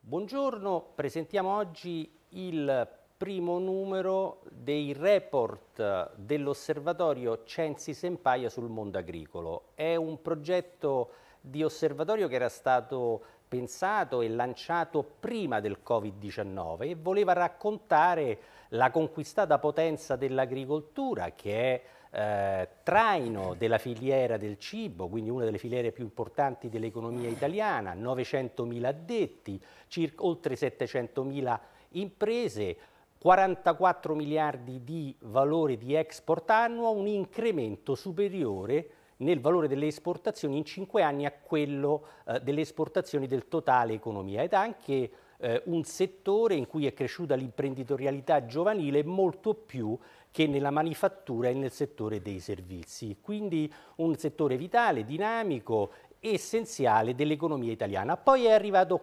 Buongiorno, presentiamo oggi il primo numero dei report dell'osservatorio Censi-Sempaia sul mondo agricolo. È un progetto di osservatorio che era stato pensato e lanciato prima del Covid-19 e voleva raccontare la conquistata potenza dell'agricoltura, che è traino della filiera del cibo, quindi una delle filiere più importanti dell'economia italiana, 900.000 addetti, oltre 700.000 imprese, 44 miliardi di valore di export annuo, un incremento superiore nel valore delle esportazioni in 5 anni a quello delle esportazioni del totale economia, ed anche un settore in cui è cresciuta l'imprenditorialità giovanile molto più che nella manifattura e nel settore dei servizi. Quindi un settore vitale, dinamico, essenziale dell'economia italiana. Poi è arrivato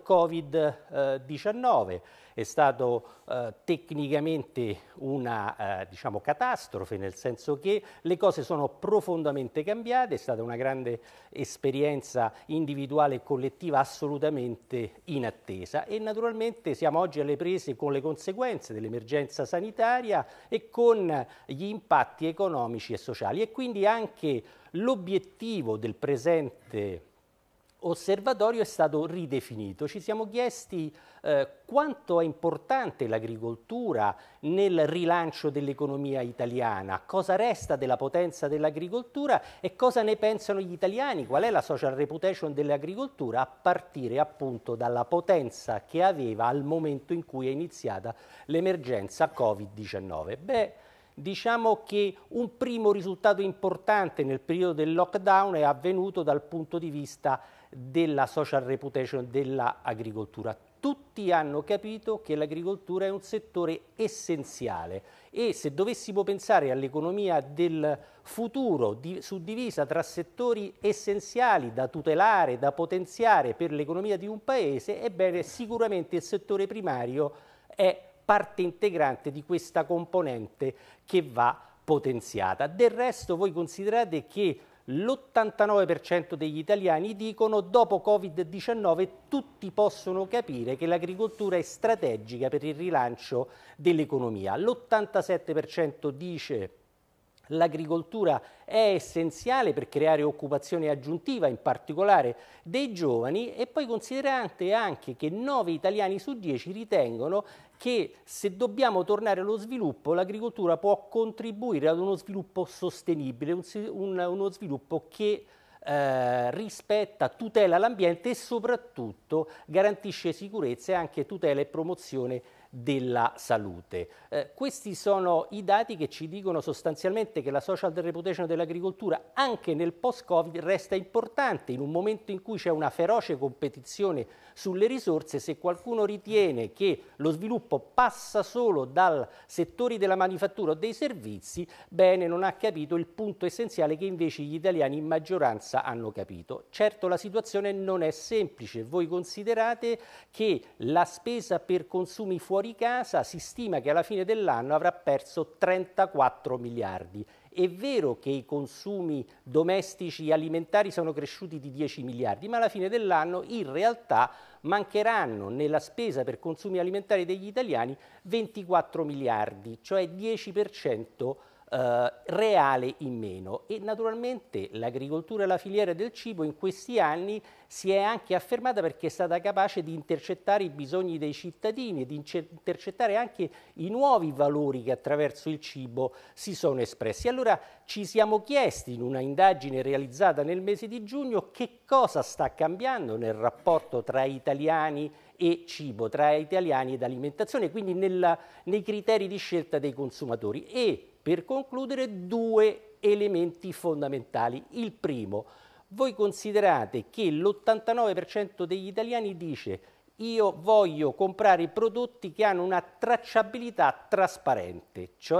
Covid-19, è stato tecnicamente una diciamo, catastrofe, nel senso che le cose sono profondamente cambiate, è stata una grande esperienza individuale e collettiva assolutamente inattesa e naturalmente siamo oggi alle prese con le conseguenze dell'emergenza sanitaria e con gli impatti economici e sociali, e quindi anche l'obiettivo del presente osservatorio è stato ridefinito. Ci siamo chiesti quanto è importante l'agricoltura nel rilancio dell'economia italiana, cosa resta della potenza dell'agricoltura e cosa ne pensano gli italiani, qual è la social reputation dell'agricoltura a partire appunto dalla potenza che aveva al momento in cui è iniziata l'emergenza Covid-19. Diciamo che un primo risultato importante nel periodo del lockdown è avvenuto dal punto di vista della social reputation dell'agricoltura. Tutti hanno capito che l'agricoltura è un settore essenziale e se dovessimo pensare all'economia del futuro suddivisa tra settori essenziali da tutelare, da potenziare per l'economia di un paese, ebbene sicuramente il settore primario è parte integrante di questa componente che va potenziata. Del resto voi considerate che l'89% degli italiani dicono dopo Covid-19 tutti possono capire che l'agricoltura è strategica per il rilancio dell'economia. L'87% dice l'agricoltura è essenziale per creare occupazione aggiuntiva, in particolare dei giovani, e poi considerate anche che 9 italiani su 10 ritengono che se dobbiamo tornare allo sviluppo, l'agricoltura può contribuire ad uno sviluppo sostenibile, uno sviluppo che rispetta, tutela l'ambiente e soprattutto garantisce sicurezza e anche tutela e promozione della salute. Questi sono i dati che ci dicono sostanzialmente che la social reputation dell'agricoltura anche nel post-Covid resta importante in un momento in cui c'è una feroce competizione sulle risorse. Se qualcuno ritiene che lo sviluppo passa solo dal settori della manifattura o dei servizi, bene, non ha capito il punto essenziale che invece gli italiani in maggioranza hanno capito. Certo, la situazione non è semplice. Voi considerate che la spesa per consumi fuori casa si stima che alla fine dell'anno avrà perso 34 miliardi. È vero che i consumi domestici alimentari sono cresciuti di 10 miliardi, ma alla fine dell'anno in realtà mancheranno nella spesa per consumi alimentari degli italiani 24 miliardi, cioè 10% reale in meno. E naturalmente l'agricoltura e la filiera del cibo in questi anni si è anche affermata perché è stata capace di intercettare i bisogni dei cittadini e di intercettare anche i nuovi valori che attraverso il cibo si sono espressi. Allora ci siamo chiesti in una indagine realizzata nel mese di giugno che cosa sta cambiando nel rapporto tra italiani e cibo, tra italiani ed alimentazione, quindi nei criteri di scelta dei consumatori. E per concludere, 2 elementi fondamentali. Il primo, voi considerate che l'89% degli italiani dice io voglio comprare prodotti che hanno una tracciabilità trasparente, cioè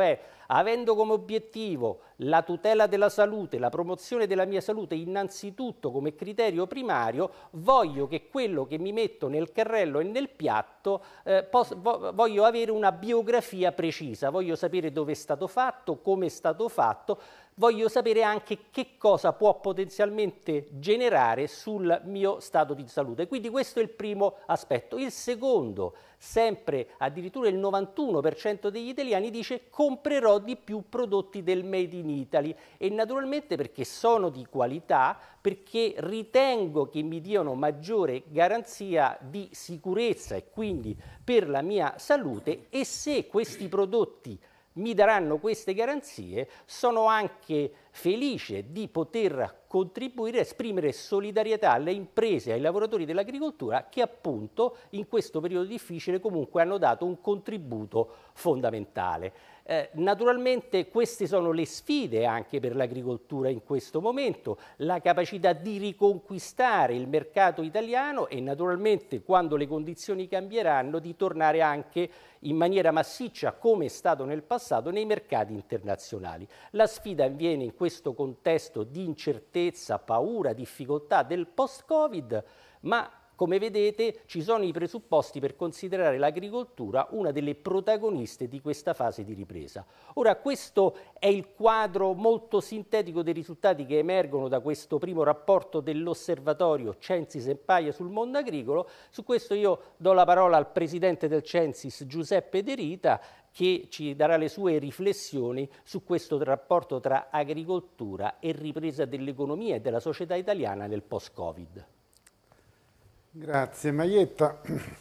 avendo come obiettivo la tutela della salute, la promozione della mia salute innanzitutto come criterio primario, voglio che quello che mi metto nel carrello e nel piatto, voglio avere una biografia precisa, voglio sapere dove è stato fatto, come è stato fatto, voglio sapere anche che cosa può potenzialmente generare sul mio stato di salute. Quindi questo è il primo aspetto. Il secondo, sempre addirittura il 91% degli italiani dice comprerò di più prodotti del Made in Italy, e naturalmente perché sono di qualità, perché ritengo che mi diano maggiore garanzia di sicurezza e quindi per la mia salute, e se questi prodotti mi daranno queste garanzie, sono anche felice di poter contribuire a esprimere solidarietà alle imprese e ai lavoratori dell'agricoltura che appunto in questo periodo difficile comunque hanno dato un contributo fondamentale. Naturalmente queste sono le sfide anche per l'agricoltura in questo momento, la capacità di riconquistare il mercato italiano e naturalmente quando le condizioni cambieranno di tornare anche in maniera massiccia, come è stato nel passato, nei mercati internazionali. La sfida avviene in questo contesto di incertezza, paura, difficoltà del post-Covid, ma come vedete ci sono i presupposti per considerare l'agricoltura una delle protagoniste di questa fase di ripresa. Ora, questo è il quadro molto sintetico dei risultati che emergono da questo primo rapporto dell'osservatorio Censis Empaia sul mondo agricolo. Su questo io do la parola al presidente del Censis, Giuseppe De Rita, che ci darà le sue riflessioni su questo rapporto tra agricoltura e ripresa dell'economia e della società italiana nel post-Covid. Grazie Maietta.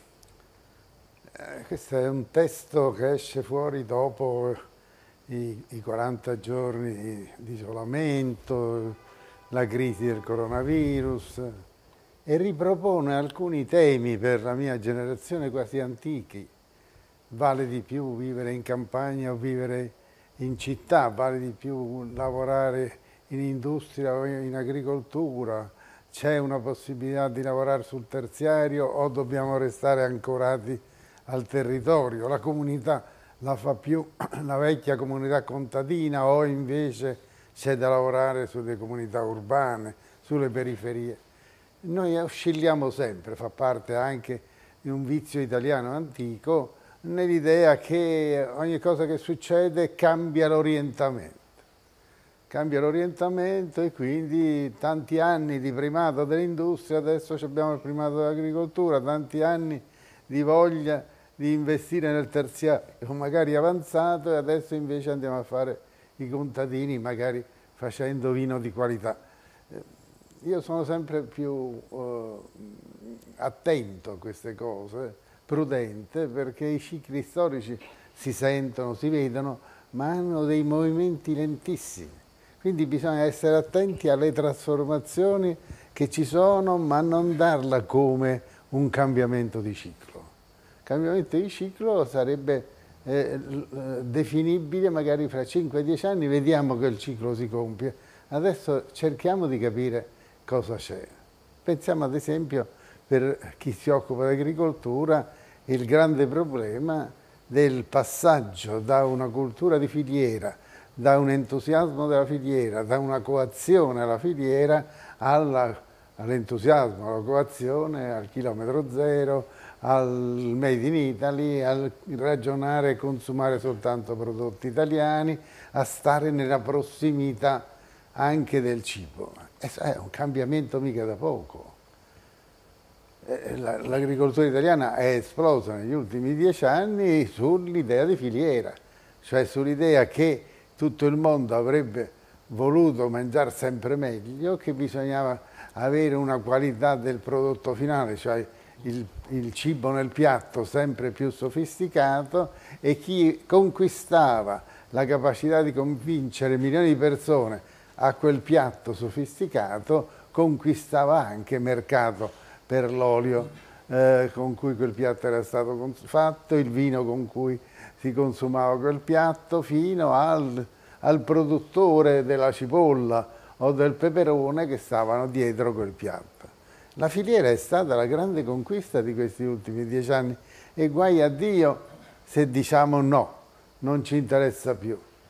Questo è un testo che esce fuori dopo i 40 giorni di isolamento, la crisi del coronavirus, e ripropone alcuni temi per la mia generazione quasi antichi. Vale di più vivere in campagna o vivere in città, vale di più lavorare in industria o in agricoltura, c'è una possibilità di lavorare sul terziario o dobbiamo restare ancorati al territorio? La comunità la fa più la vecchia comunità contadina o invece c'è da lavorare sulle comunità urbane, sulle periferie? Noi oscilliamo sempre, fa parte anche di un vizio italiano antico, nell'idea che ogni cosa che succede cambia l'orientamento. Cambia l'orientamento e quindi tanti anni di primato dell'industria, adesso abbiamo il primato dell'agricoltura, tanti anni di voglia di investire nel terziario, magari avanzato, e adesso invece andiamo a fare i contadini, magari facendo vino di qualità. Io sono sempre più attento a queste cose, prudente, perché i cicli storici si sentono, si vedono, ma hanno dei movimenti lentissimi. Quindi bisogna essere attenti alle trasformazioni che ci sono, ma non darla come un cambiamento di ciclo. Il cambiamento di ciclo sarebbe definibile magari fra 5-10 anni, vediamo che il ciclo si compie. Adesso cerchiamo di capire cosa c'è. Pensiamo ad esempio, per chi si occupa di agricoltura, il grande problema del passaggio da una cultura di filiera, da un entusiasmo della filiera, da una coazione alla filiera, all'entusiasmo, alla coazione, al chilometro zero, al Made in Italy, al ragionare e consumare soltanto prodotti italiani, a stare nella prossimità anche del cibo. È un cambiamento mica da poco. L'agricoltura italiana è esplosa negli ultimi 10 anni sull'idea di filiera, cioè sull'idea che tutto il mondo avrebbe voluto mangiare sempre meglio, che bisognava avere una qualità del prodotto finale, cioè il cibo nel piatto sempre più sofisticato, e chi conquistava la capacità di convincere milioni di persone a quel piatto sofisticato conquistava anche mercato per l'olio con cui quel piatto era stato fatto, il vino con cui si consumava quel piatto, fino al produttore della cipolla o del peperone che stavano dietro quel piatto. La filiera è stata la grande conquista di questi ultimi 10 anni, e guai a Dio se diciamo no, non ci interessa più.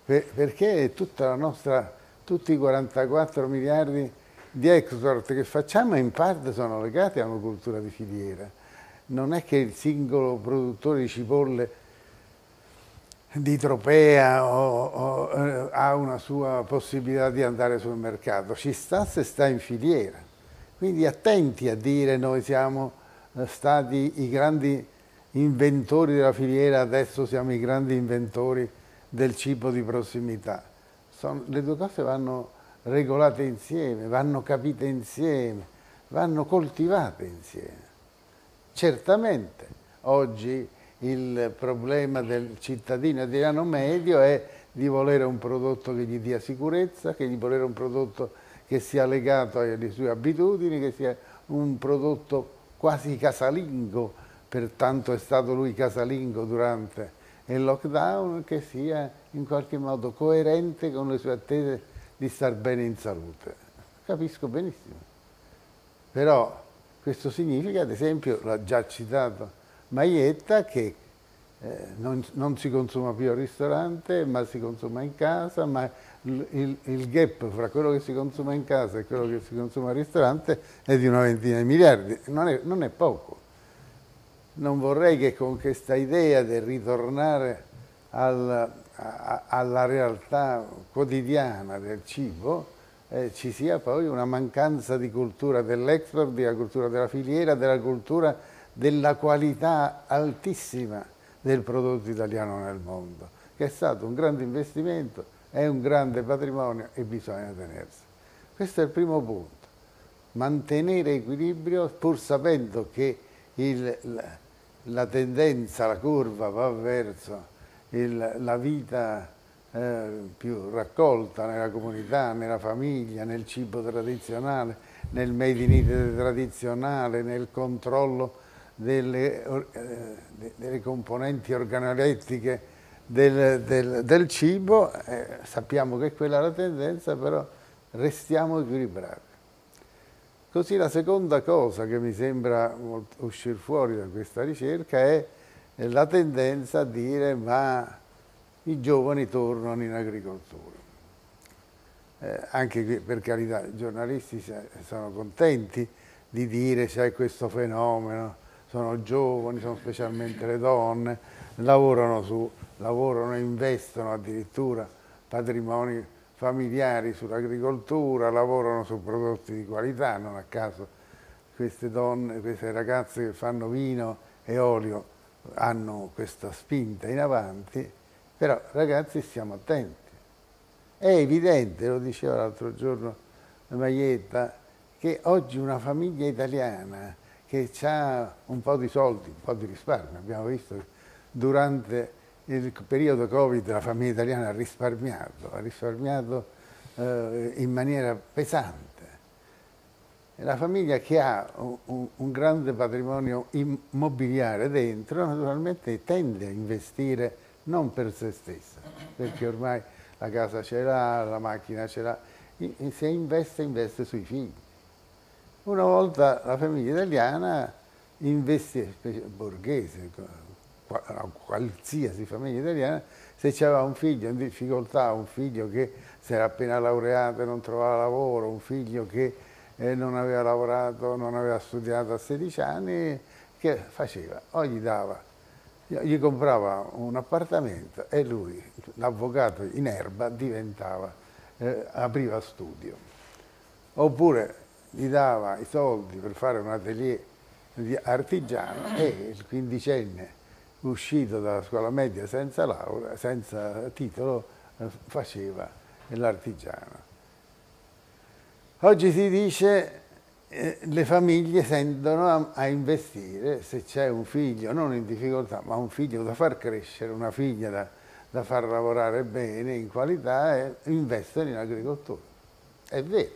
perché tutti i 44 miliardi di export che facciamo in parte sono legati a una cultura di filiera. Non è che il singolo produttore di cipolle di Tropea ha una sua possibilità di andare sul mercato, ci sta se sta in filiera. Quindi attenti a dire noi siamo stati i grandi inventori della filiera, adesso siamo i grandi inventori del cibo di prossimità. Le due cose vanno regolate insieme, vanno capite insieme, vanno coltivate insieme. Certamente oggi il problema del cittadino italiano medio è di volere un prodotto che gli dia sicurezza, che di volere un prodotto che sia legato alle sue abitudini, che sia un prodotto quasi casalingo, pertanto è stato lui casalingo durante il lockdown, che sia in qualche modo coerente con le sue attese di star bene in salute. Capisco benissimo. Però questo significa, ad esempio, l'ha già citato Maietta, che non si consuma più al ristorante, ma si consuma in casa, ma il gap fra quello che si consuma in casa e quello che si consuma al ristorante è di una ventina di miliardi, non è poco. Non vorrei che con questa idea del ritornare alla realtà quotidiana del cibo ci sia poi una mancanza di cultura dell'export, della cultura della filiera, della cultura della qualità altissima del prodotto italiano nel mondo, che è stato un grande investimento, è un grande patrimonio e bisogna tenersi. Questo è il primo punto, mantenere equilibrio pur sapendo che la tendenza, la curva va verso la vita più raccolta nella comunità, nella famiglia, nel cibo tradizionale, nel made in Italy tradizionale, nel controllo delle componenti organolettiche del cibo. Sappiamo che quella è la tendenza, però restiamo equilibrati. Così la seconda cosa che mi sembra uscire fuori da questa ricerca è la tendenza a dire ma i giovani tornano in agricoltura. Anche qui, per carità, i giornalisti sono contenti di dire c'è questo fenomeno, sono giovani, sono specialmente le donne, lavorano e investono addirittura patrimoni familiari sull'agricoltura, lavorano su prodotti di qualità, non a caso queste donne, queste ragazze che fanno vino e olio hanno questa spinta in avanti, però ragazzi stiamo attenti. È evidente, lo diceva l'altro giorno Maietta, che oggi una famiglia italiana che ha un po' di soldi, un po' di risparmio, abbiamo visto che durante il periodo Covid la famiglia italiana ha risparmiato in maniera pesante. La famiglia che ha un grande patrimonio immobiliare dentro naturalmente tende a investire non per se stessa, perché ormai la casa ce l'ha, la macchina ce l'ha, se investe sui figli. Una volta la famiglia italiana investe, borghese, qualsiasi famiglia italiana, se c'era un figlio in difficoltà, un figlio che si era appena laureato e non trovava lavoro, un figlio che non aveva lavorato, non aveva studiato a 16 anni, che faceva? O gli comprava un appartamento e lui, l'avvocato in erba, apriva studio. Oppure gli dava i soldi per fare un atelier artigiano e il quindicenne uscito dalla scuola media senza laurea, senza titolo, faceva l'artigiano. Oggi si dice le famiglie tendono a investire, se c'è un figlio non in difficoltà, ma un figlio da far crescere, una figlia da far lavorare bene, in qualità, investono in agricoltura. È vero.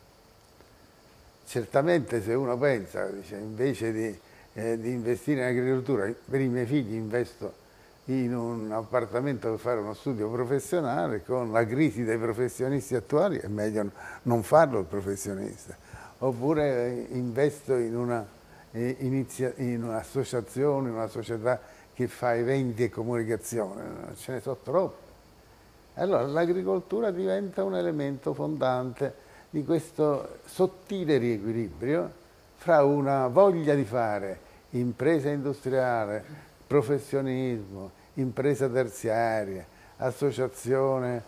Certamente se uno pensa, dice, invece di investire in agricoltura, per i miei figli investo in un appartamento per fare uno studio professionale, con la crisi dei professionisti attuali è meglio non farlo il professionista. Oppure investo in un'associazione, in una società che fa eventi e comunicazione, ce ne sono troppi. Allora l'agricoltura diventa un elemento fondante di questo sottile riequilibrio fra una voglia di fare impresa industriale, professionismo, impresa terziaria, associazione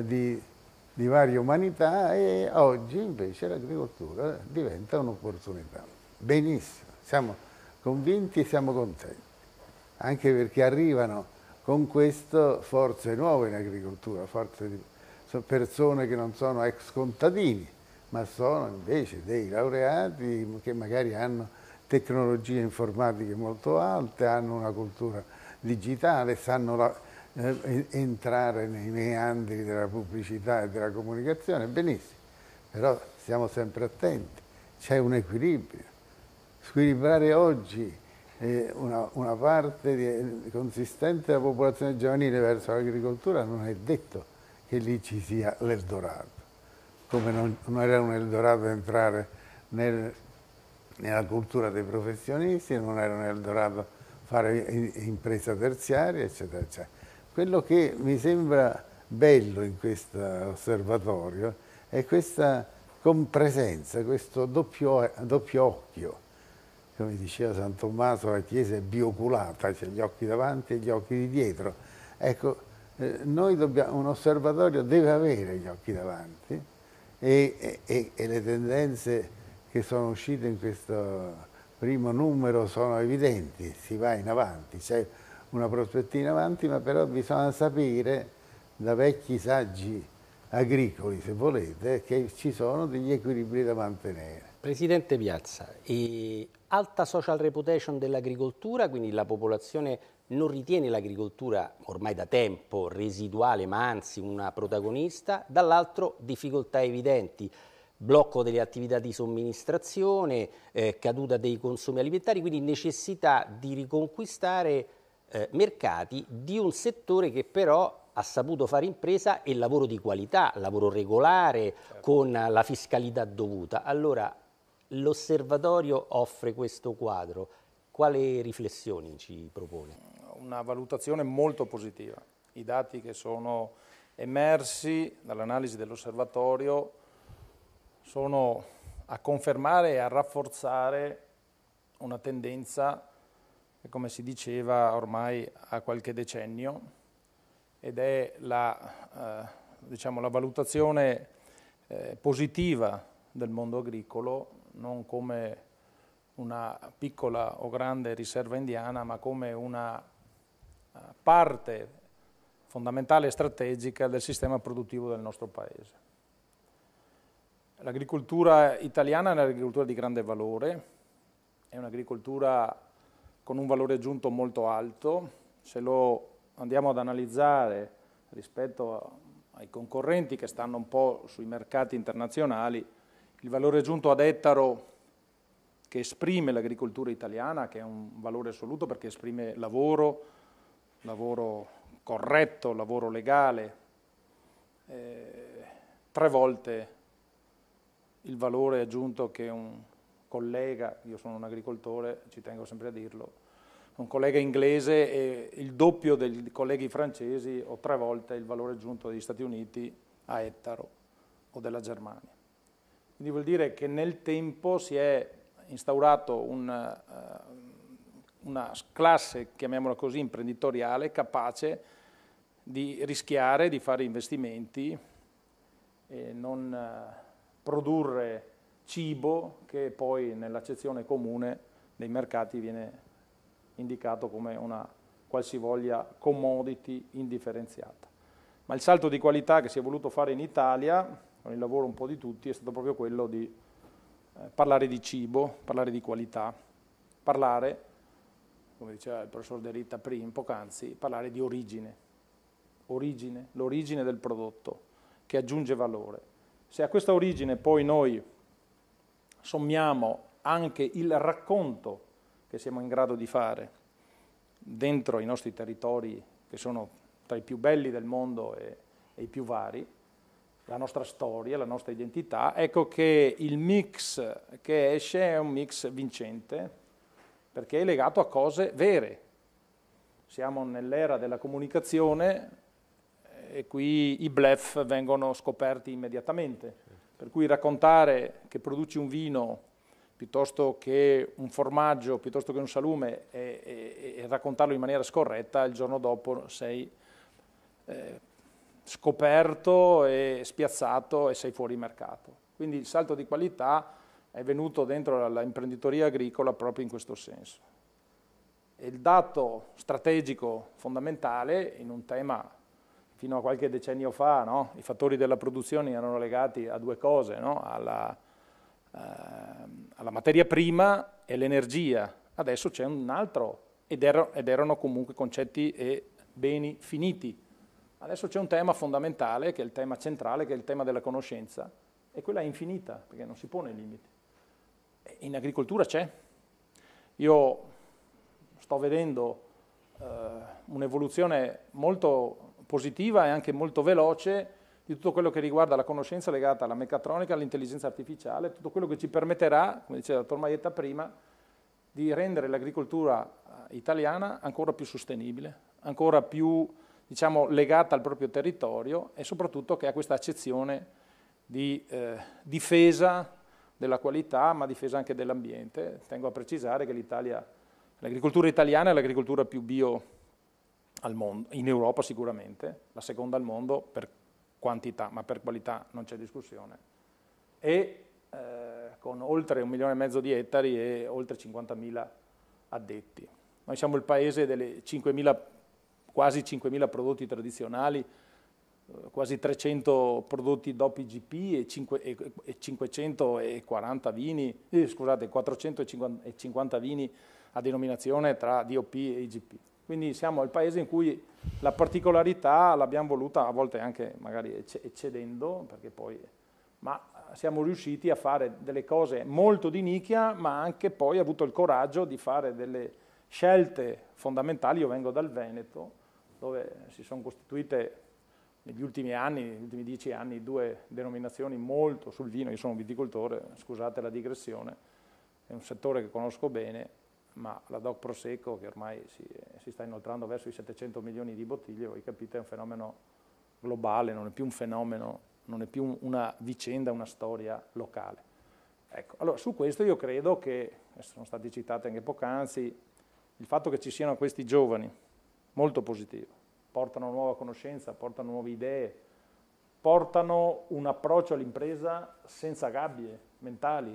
di varie umanità, e oggi invece l'agricoltura diventa un'opportunità. Benissimo, siamo convinti e siamo contenti, anche perché arrivano con questo forze nuove in agricoltura, persone che non sono ex contadini, ma sono invece dei laureati che magari hanno tecnologie informatiche molto alte, hanno una cultura digitale, sanno entrare nei meandri della pubblicità e della comunicazione, benissimo, però stiamo sempre attenti, c'è un equilibrio. Squilibrare oggi una parte consistente della popolazione giovanile verso l'agricoltura non è detto che lì ci sia l'Eldorado, come non era un Eldorado entrare nella cultura dei professionisti, non era un Eldorado fare impresa terziaria, eccetera, eccetera. Quello che mi sembra bello in questo osservatorio è questa compresenza, questo doppio occhio. Come diceva San Tommaso, la Chiesa è bioculata, c'è gli occhi davanti e gli occhi di dietro. Ecco, un osservatorio deve avere gli occhi davanti e le tendenze che sono uscite in questo primo numero sono evidenti, si va in avanti, c'è una prospettiva in avanti, ma però bisogna sapere, da vecchi saggi agricoli se volete, che ci sono degli equilibri da mantenere. Presidente Piazza, alta social reputation dell'agricoltura, quindi la popolazione non ritiene l'agricoltura ormai da tempo residuale, ma anzi una protagonista, dall'altro difficoltà evidenti, blocco delle attività di somministrazione, caduta dei consumi alimentari, quindi necessità di riconquistare mercati di un settore che però ha saputo fare impresa e lavoro di qualità, lavoro regolare, con la fiscalità dovuta. Allora, l'osservatorio offre questo quadro. Quali riflessioni ci propone? Una valutazione molto positiva. I dati che sono emersi dall'analisi dell'osservatorio sono a confermare e a rafforzare una tendenza che, come si diceva, ormai ha qualche decennio, ed è la valutazione positiva del mondo agricolo, non come una piccola o grande riserva indiana, ma come una parte fondamentale e strategica del sistema produttivo del nostro Paese. L'agricoltura italiana è un'agricoltura di grande valore, è un'agricoltura con un valore aggiunto molto alto. Se lo andiamo ad analizzare rispetto ai concorrenti che stanno un po' sui mercati internazionali, il valore aggiunto ad ettaro che esprime l'agricoltura italiana, che è un valore assoluto perché esprime lavoro corretto, lavoro legale, 3 volte il valore aggiunto che un collega, io sono un agricoltore, ci tengo sempre a dirlo, un collega inglese è il doppio dei colleghi francesi o 3 volte il valore aggiunto degli Stati Uniti a ettaro o della Germania. Quindi vuol dire che nel tempo si è instaurato una classe, chiamiamola così, imprenditoriale, capace di rischiare, di fare investimenti e non produrre cibo che poi nell'accezione comune dei mercati viene indicato come una qualsivoglia commodity indifferenziata. Ma il salto di qualità che si è voluto fare in Italia, con il lavoro un po' di tutti, è stato proprio quello di parlare di cibo, parlare di qualità, parlare, come diceva il professor De Rita poc'anzi, parlare di origine, l'origine del prodotto che aggiunge valore. Se a questa origine poi noi sommiamo anche il racconto che siamo in grado di fare dentro i nostri territori, che sono tra i più belli del mondo e i più vari, la nostra storia, la nostra identità, ecco che il mix che esce è un mix vincente, perché è legato a cose vere. Siamo nell'era della comunicazione e qui i bluff vengono scoperti immediatamente. Per cui raccontare che produci un vino piuttosto che un formaggio, piuttosto che un salume e raccontarlo in maniera scorretta, il giorno dopo sei scoperto e spiazzato e sei fuori mercato. Quindi il salto di qualità è venuto dentro l'imprenditoria agricola proprio in questo senso. E il dato strategico fondamentale in un tema, fino a qualche decennio fa, no? I fattori della produzione erano legati a due cose, no? alla materia prima e l'energia. Adesso c'è un altro, ed erano comunque concetti e beni finiti. Adesso c'è un tema fondamentale, che è il tema centrale, che è il tema della conoscenza, e quella è infinita, perché non si pone limiti. In agricoltura c'è. Io sto vedendo un'evoluzione molto positiva e anche molto veloce di tutto quello che riguarda la conoscenza legata alla meccatronica, all'intelligenza artificiale, tutto quello che ci permetterà, come diceva il dottor Maietta prima, di rendere l'agricoltura italiana ancora più sostenibile, ancora più, diciamo, legata al proprio territorio e soprattutto che ha questa accezione di difesa della qualità, ma difesa anche dell'ambiente. Tengo a precisare che l'agricoltura italiana è l'agricoltura più bio al mondo, in Europa sicuramente, la seconda al mondo per quantità, ma per qualità non c'è discussione, e con oltre 1,5 milioni di ettari e oltre 50.000 addetti. Noi siamo il paese delle quasi 5.000 prodotti tradizionali, quasi 300 prodotti DOP IGP e 540 vini, scusate, 450 vini a denominazione tra DOP e IGP. Quindi siamo il paese in cui la particolarità l'abbiamo voluta, a volte anche magari eccedendo, ma siamo riusciti a fare delle cose molto di nicchia, ma anche poi avuto il coraggio di fare delle scelte fondamentali. Io vengo dal Veneto, dove si sono costituite negli ultimi anni, negli ultimi 10 anni, 2 denominazioni molto sul vino. Io sono un viticoltore, scusate la digressione, è un settore che conosco bene, ma la DOC Prosecco, che ormai si sta inoltrando verso i 700 milioni di bottiglie, voi capite, è un fenomeno globale, non è più un fenomeno, non è più una vicenda, una storia locale. Ecco, allora su questo io credo che, sono stati citati anche poc'anzi, il fatto che ci siano questi giovani, molto positivo, portano nuova conoscenza, portano nuove idee, portano un approccio all'impresa senza gabbie mentali,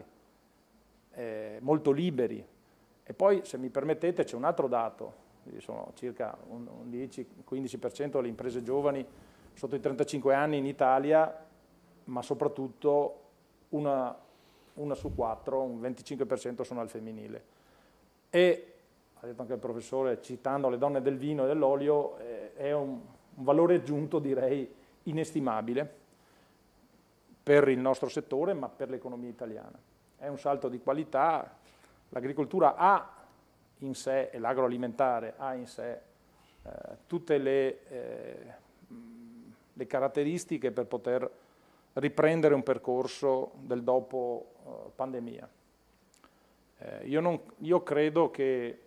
molto liberi. E poi, se mi permettete, c'è un altro dato, sono circa un 10-15% delle imprese giovani sotto i 35 anni in Italia, ma soprattutto una su 4, un 25% sono al femminile. E, ha detto anche il professore, citando le donne del vino e dell'olio, è un valore aggiunto, direi, inestimabile per il nostro settore, ma per l'economia italiana. È un salto di qualità. L'agricoltura ha in sé, e l'agroalimentare ha in sé, tutte le caratteristiche per poter riprendere un percorso del dopo pandemia. Io credo che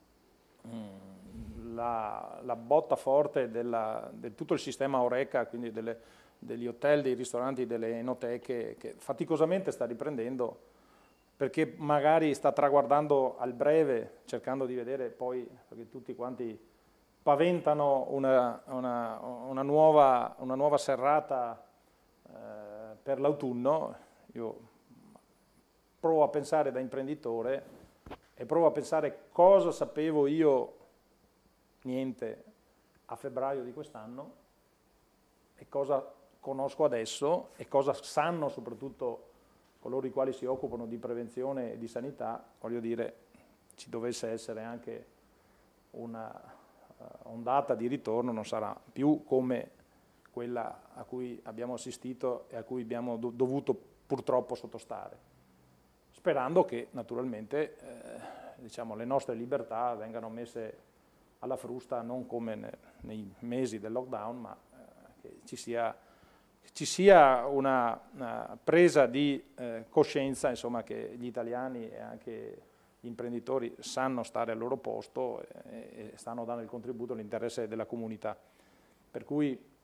la botta forte del tutto il sistema Horeca, quindi degli hotel, dei ristoranti, delle enoteche, che faticosamente sta riprendendo, perché magari sta traguardando al breve, cercando di vedere poi, perché tutti quanti paventano una nuova serrata per l'autunno. Io provo a pensare da imprenditore e provo a pensare cosa sapevo io, niente, a febbraio di quest'anno, e cosa conosco adesso e cosa sanno soprattutto coloro i quali si occupano di prevenzione e di sanità. Voglio dire, ci dovesse essere anche una ondata di ritorno, non sarà più come quella a cui abbiamo assistito e a cui abbiamo dovuto purtroppo sottostare, sperando che naturalmente diciamo, le nostre libertà vengano messe alla frusta non come nei mesi del lockdown, ma che ci sia una presa di coscienza, insomma, che gli italiani e anche gli imprenditori sanno stare al loro posto e stanno dando il contributo all'interesse della comunità. Per cui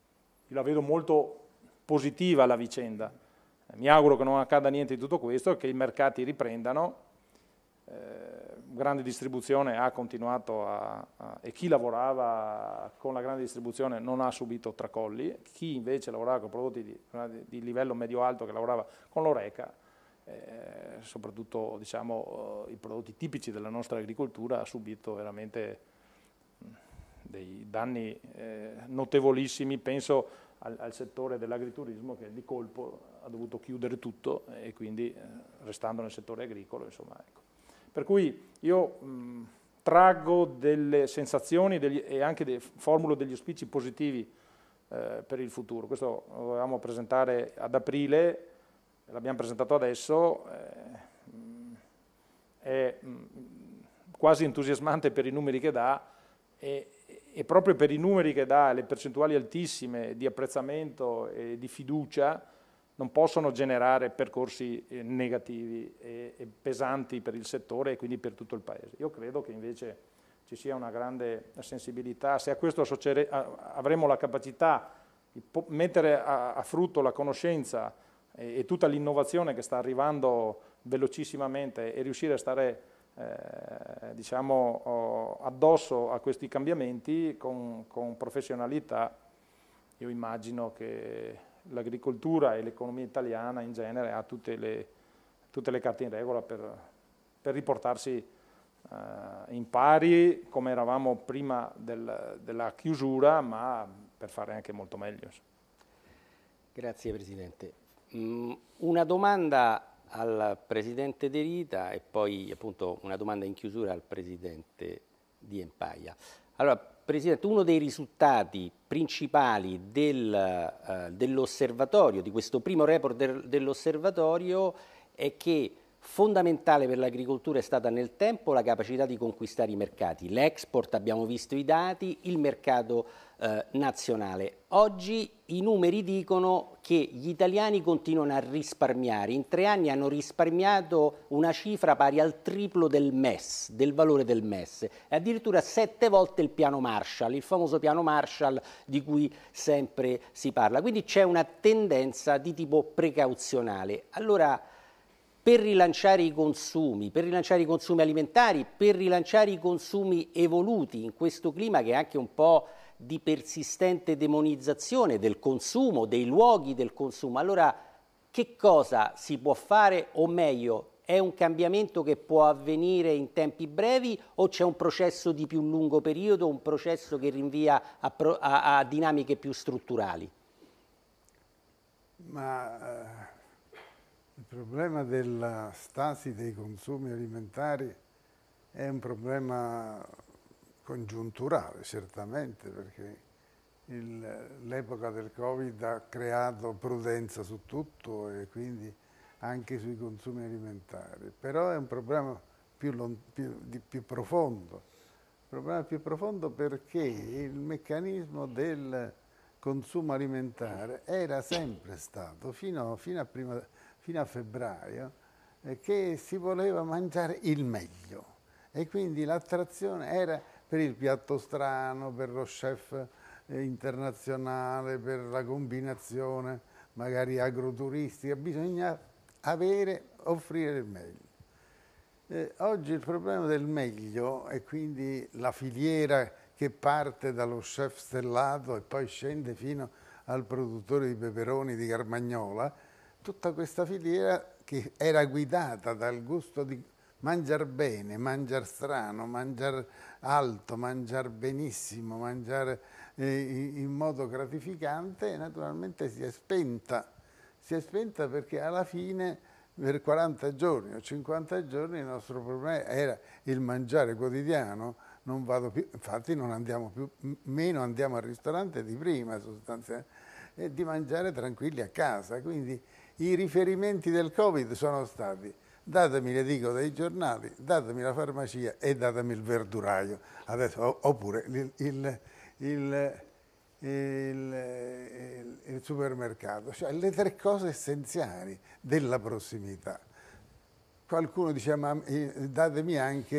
io la vedo molto positiva la vicenda. Mi auguro che non accada niente di tutto questo, che i mercati riprendano. Grande distribuzione ha continuato e chi lavorava con la grande distribuzione non ha subito tracolli, chi invece lavorava con prodotti di livello medio-alto, che lavorava con l'Horeca, soprattutto diciamo, i prodotti tipici della nostra agricoltura, ha subito veramente dei danni notevolissimi. Penso al settore dell'agriturismo, che di colpo ha dovuto chiudere tutto e quindi restando nel settore agricolo, insomma, ecco. Per cui io traggo delle sensazioni e anche formulo degli auspici positivi per il futuro. Questo lo dovevamo presentare ad aprile, l'abbiamo presentato adesso, è quasi entusiasmante per i numeri che dà e proprio per i numeri che dà, le percentuali altissime di apprezzamento e di fiducia, non possono generare percorsi negativi e pesanti per il settore e quindi per tutto il Paese. Io credo che invece ci sia una grande sensibilità. Se a questo avremo la capacità di mettere a frutto la conoscenza e tutta l'innovazione che sta arrivando velocissimamente e riuscire a stare diciamo, addosso a questi cambiamenti con professionalità, io immagino che l'agricoltura e l'economia italiana in genere ha tutte le carte in regola per riportarsi in pari come eravamo prima della chiusura, ma per fare anche molto meglio. Grazie Presidente. Una domanda al Presidente De Rita e poi appunto una domanda in chiusura al Presidente di Empaia. Allora, Presidente, uno dei risultati principali dell'osservatorio, di questo primo report dell'osservatorio, è che fondamentale per l'agricoltura è stata nel tempo la capacità di conquistare i mercati. L'export, abbiamo visto i dati, il mercato nazionale. Oggi i numeri dicono che gli italiani continuano a risparmiare. In 3 anni hanno risparmiato una cifra pari al triplo del MES, del valore del MES, e addirittura 7 volte il piano Marshall, il famoso piano Marshall di cui sempre si parla. Quindi c'è una tendenza di tipo precauzionale. Allora, per rilanciare i consumi alimentari, per rilanciare i consumi evoluti in questo clima che è anche un po' di persistente demonizzazione del consumo, dei luoghi del consumo. Allora, che cosa si può fare, o meglio, è un cambiamento che può avvenire in tempi brevi o c'è un processo di più lungo periodo, un processo che rinvia a dinamiche più strutturali? Il problema della stasi dei consumi alimentari è un problema congiunturale, certamente, perché l'epoca del Covid ha creato prudenza su tutto e quindi anche sui consumi alimentari. Però è un problema più profondo. Un problema più profondo perché il meccanismo del consumo alimentare era sempre stato, fino a febbraio, che si voleva mangiare il meglio e quindi l'attrazione era per il piatto strano, per lo chef internazionale, per la combinazione magari agroturistica, bisogna offrire il meglio. Oggi il problema del meglio e quindi la filiera che parte dallo chef stellato e poi scende fino al produttore di peperoni di Carmagnola, tutta questa filiera che era guidata dal gusto di mangiare bene, mangiare strano, mangiare alto, mangiare benissimo, mangiare in modo gratificante, naturalmente si è spenta. Si è spenta perché alla fine per 40 giorni o 50 giorni il nostro problema era il mangiare quotidiano. Non vado più, infatti non andiamo più, meno andiamo al ristorante di prima sostanzialmente, e di mangiare tranquilli a casa. Quindi i riferimenti del Covid sono stati: datemi l'edicola dei giornali, datemi la farmacia e datemi il verduraio, adesso, oppure il supermercato, cioè le 3 cose essenziali della prossimità. Qualcuno dice: ma datemi anche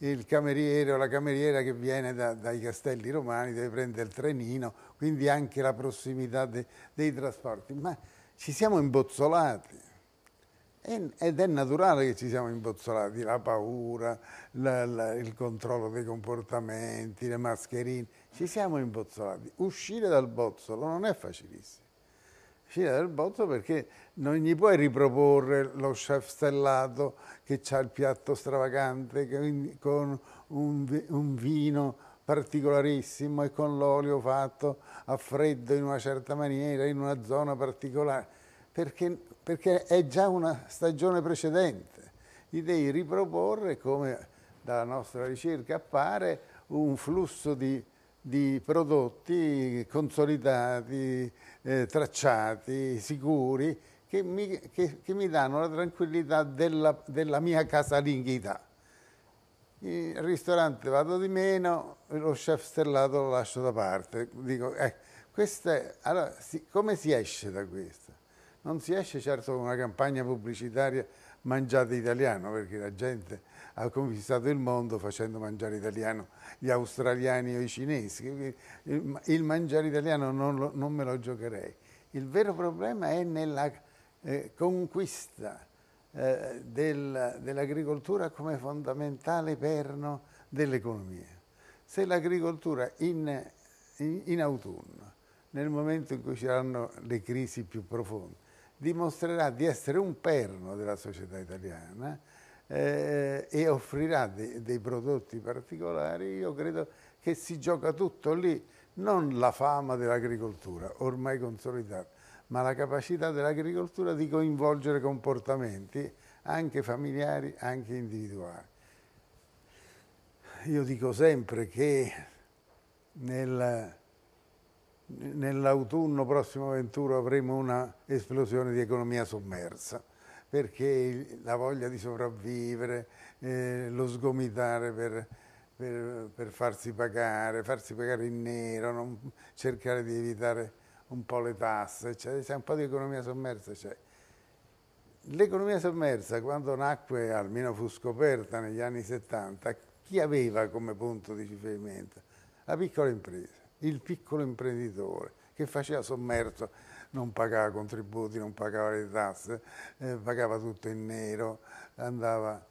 il cameriere o la cameriera che viene dai castelli romani deve prendere il trenino, quindi anche la prossimità dei trasporti. Ma ci siamo imbozzolati ed è naturale che ci siamo imbozzolati, la paura, il controllo dei comportamenti, le mascherine, ci siamo imbozzolati. Uscire dal bozzolo non è facilissimo. Uscire dal bozzolo perché non gli puoi riproporre lo chef stellato che ha il piatto stravagante con un vino particolarissimo e con l'olio fatto a freddo in una certa maniera, in una zona particolare, perché è già una stagione precedente. Gli devi riproporre, come dalla nostra ricerca appare, un flusso di prodotti consolidati, tracciati, sicuri, che mi danno la tranquillità della mia casalingità. Il ristorante vado di meno, lo chef stellato lo lascio da parte. Dico, allora, come si esce da questo? Non si esce certo con una campagna pubblicitaria mangiate italiano, perché la gente ha conquistato il mondo facendo mangiare italiano gli australiani o i cinesi. Il mangiare italiano non me lo giocherei. Il vero problema è nella conquista dell'agricoltura come fondamentale perno dell'economia. Se l'agricoltura in autunno, nel momento in cui ci saranno le crisi più profonde, dimostrerà di essere un perno della società italiana e offrirà dei prodotti particolari, io credo che si gioca tutto lì, non la fama dell'agricoltura, ormai consolidata, ma la capacità dell'agricoltura di coinvolgere comportamenti anche familiari, anche individuali. Io dico sempre che nell'autunno prossimo 21 avremo una esplosione di economia sommersa, perché la voglia di sopravvivere, lo sgomitare per farsi pagare in nero, cercare di evitare un po' le tasse, c'è un po' di economia sommersa. L'economia sommersa, quando nacque, almeno fu scoperta negli anni 70, chi aveva come punto di riferimento? La piccola impresa, il piccolo imprenditore che faceva sommerso, non pagava contributi, non pagava le tasse, pagava tutto in nero, andava,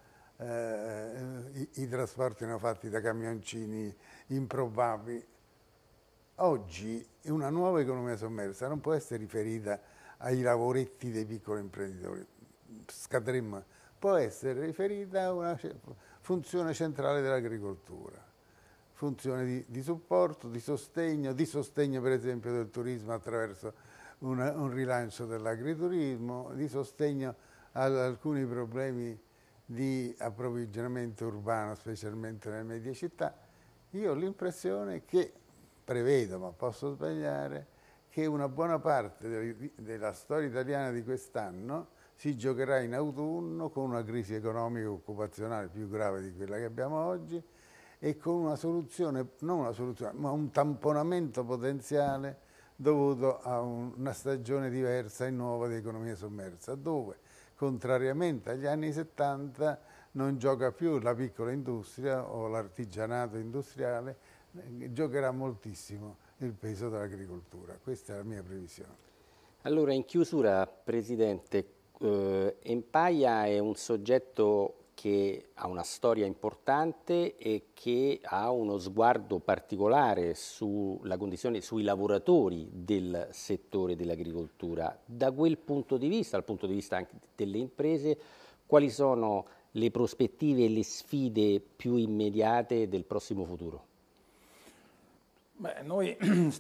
i trasporti erano fatti da camioncini improbabili. Oggi una nuova economia sommersa non può essere riferita ai lavoretti dei piccoli imprenditori, scadremmo, può essere riferita a una funzione centrale dell'agricoltura, funzione di supporto, di sostegno per esempio del turismo attraverso un rilancio dell'agriturismo, di sostegno ad alcuni problemi di approvvigionamento urbano, specialmente nelle medie città. Io ho l'impressione che, prevedo, ma posso sbagliare, che una buona parte della storia italiana di quest'anno si giocherà in autunno con una crisi economica e occupazionale più grave di quella che abbiamo oggi e con una soluzione, non una soluzione, ma un tamponamento potenziale dovuto a una stagione diversa e nuova di economia sommersa, dove, contrariamente agli anni 70, non gioca più la piccola industria o l'artigianato industriale, giocherà moltissimo il peso dell'agricoltura. Questa è la mia previsione. Allora, in chiusura, Presidente, Empaia è un soggetto che ha una storia importante e che ha uno sguardo particolare sulla condizione, sui lavoratori del settore dell'agricoltura. Da quel punto di vista, dal punto di vista anche delle imprese, quali sono le prospettive e le sfide più immediate del prossimo futuro? Beh, noi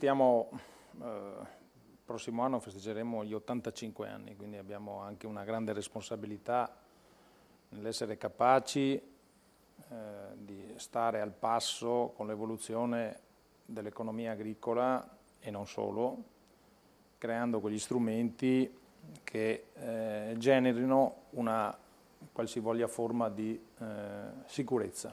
prossimo anno festeggeremo gli 85 anni, quindi abbiamo anche una grande responsabilità nell'essere capaci di stare al passo con l'evoluzione dell'economia agricola e non solo, creando quegli strumenti che generino una qualsivoglia forma di sicurezza.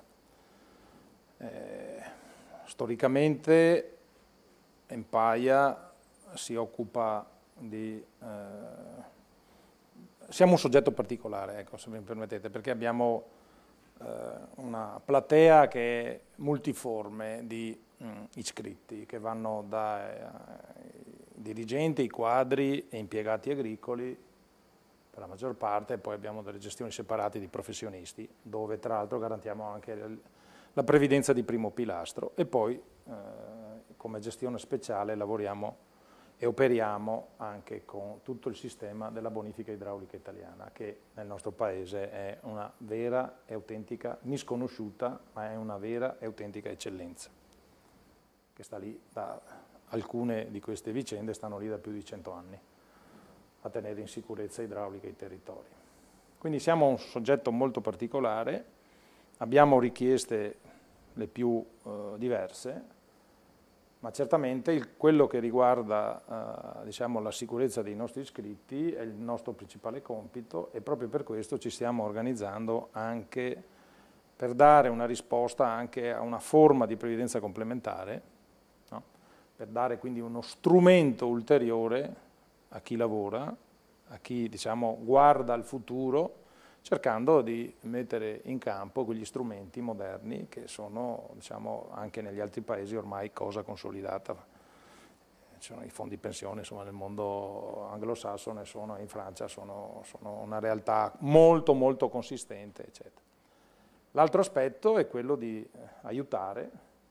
Storicamente Empaia si occupa di... siamo un soggetto particolare, ecco, se mi permettete, perché abbiamo una platea che è multiforme di iscritti, che vanno dai dirigenti, i quadri e impiegati agricoli per la maggior parte, e poi abbiamo delle gestioni separate di professionisti, dove tra l'altro garantiamo anche la previdenza di primo pilastro, e poi come gestione speciale lavoriamo e operiamo anche con tutto il sistema della bonifica idraulica italiana, che nel nostro paese è una vera e autentica, misconosciuta, ma è una vera e autentica eccellenza, che sta lì alcune di queste vicende stanno lì da più di 100 anni a tenere in sicurezza idraulica i territori. Quindi siamo un soggetto molto particolare, abbiamo richieste le più diverse, ma certamente quello che riguarda diciamo, la sicurezza dei nostri iscritti è il nostro principale compito, e proprio per questo ci stiamo organizzando anche per dare una risposta anche a una forma di previdenza complementare, no? Per dare quindi uno strumento ulteriore a chi lavora, a chi diciamo, guarda al futuro, cercando di mettere in campo quegli strumenti moderni che sono diciamo, anche negli altri paesi ormai cosa consolidata. Ci sono i fondi pensione, insomma, nel mondo anglosassone, in Francia sono una realtà molto molto consistente, eccetera. L'altro aspetto è quello di aiutare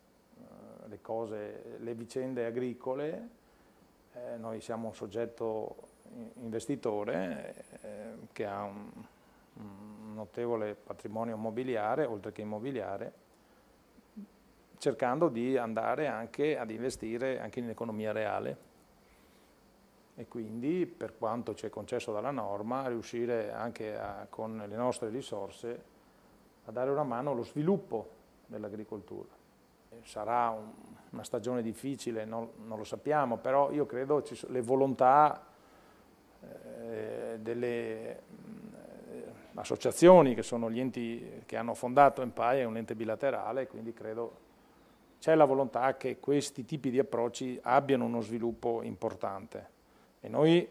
le vicende agricole. Noi siamo un soggetto investitore che ha un notevole patrimonio immobiliare, oltre che immobiliare, cercando di andare anche ad investire anche in economia reale, e quindi, per quanto ci è concesso dalla norma, riuscire anche con le nostre risorse a dare una mano allo sviluppo dell'agricoltura. Sarà una stagione difficile, non lo sappiamo, però io credo le volontà delle associazioni, che sono gli enti che hanno fondato Empaia, è un ente bilaterale, quindi credo c'è la volontà che questi tipi di approcci abbiano uno sviluppo importante, e noi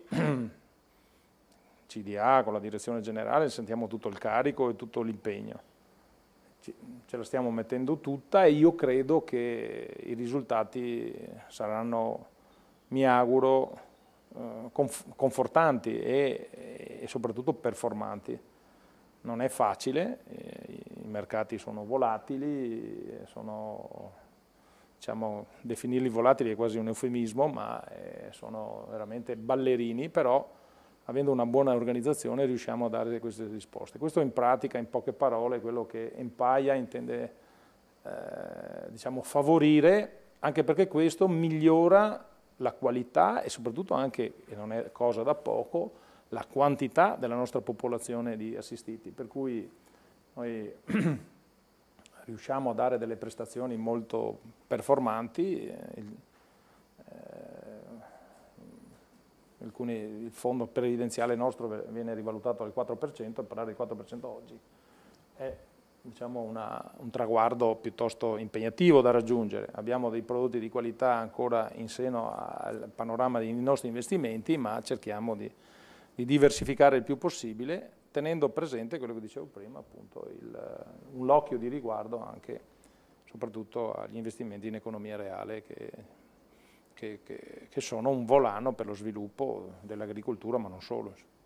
CDA con la direzione generale sentiamo tutto il carico e tutto l'impegno, ce la stiamo mettendo tutta, e io credo che i risultati saranno, mi auguro, confortanti e soprattutto performanti. Non è facile, i mercati sono volatili, diciamo, definirli volatili è quasi un eufemismo, ma sono veramente ballerini, però avendo una buona organizzazione riusciamo a dare queste risposte. Questo in pratica, in poche parole, è quello che Empaia intende diciamo, favorire, anche perché questo migliora la qualità e soprattutto anche, e non è cosa da poco, la quantità della nostra popolazione di assistiti, per cui noi riusciamo a dare delle prestazioni molto performanti. Il fondo previdenziale nostro viene rivalutato al 4%, e parlare del 4% oggi è diciamo, un traguardo piuttosto impegnativo da raggiungere. Abbiamo dei prodotti di qualità ancora in seno al panorama dei nostri investimenti, ma cerchiamo di diversificare il più possibile, tenendo presente quello che dicevo prima, appunto un occhio di riguardo anche soprattutto agli investimenti in economia reale che sono un volano per lo sviluppo dell'agricoltura, ma non solo.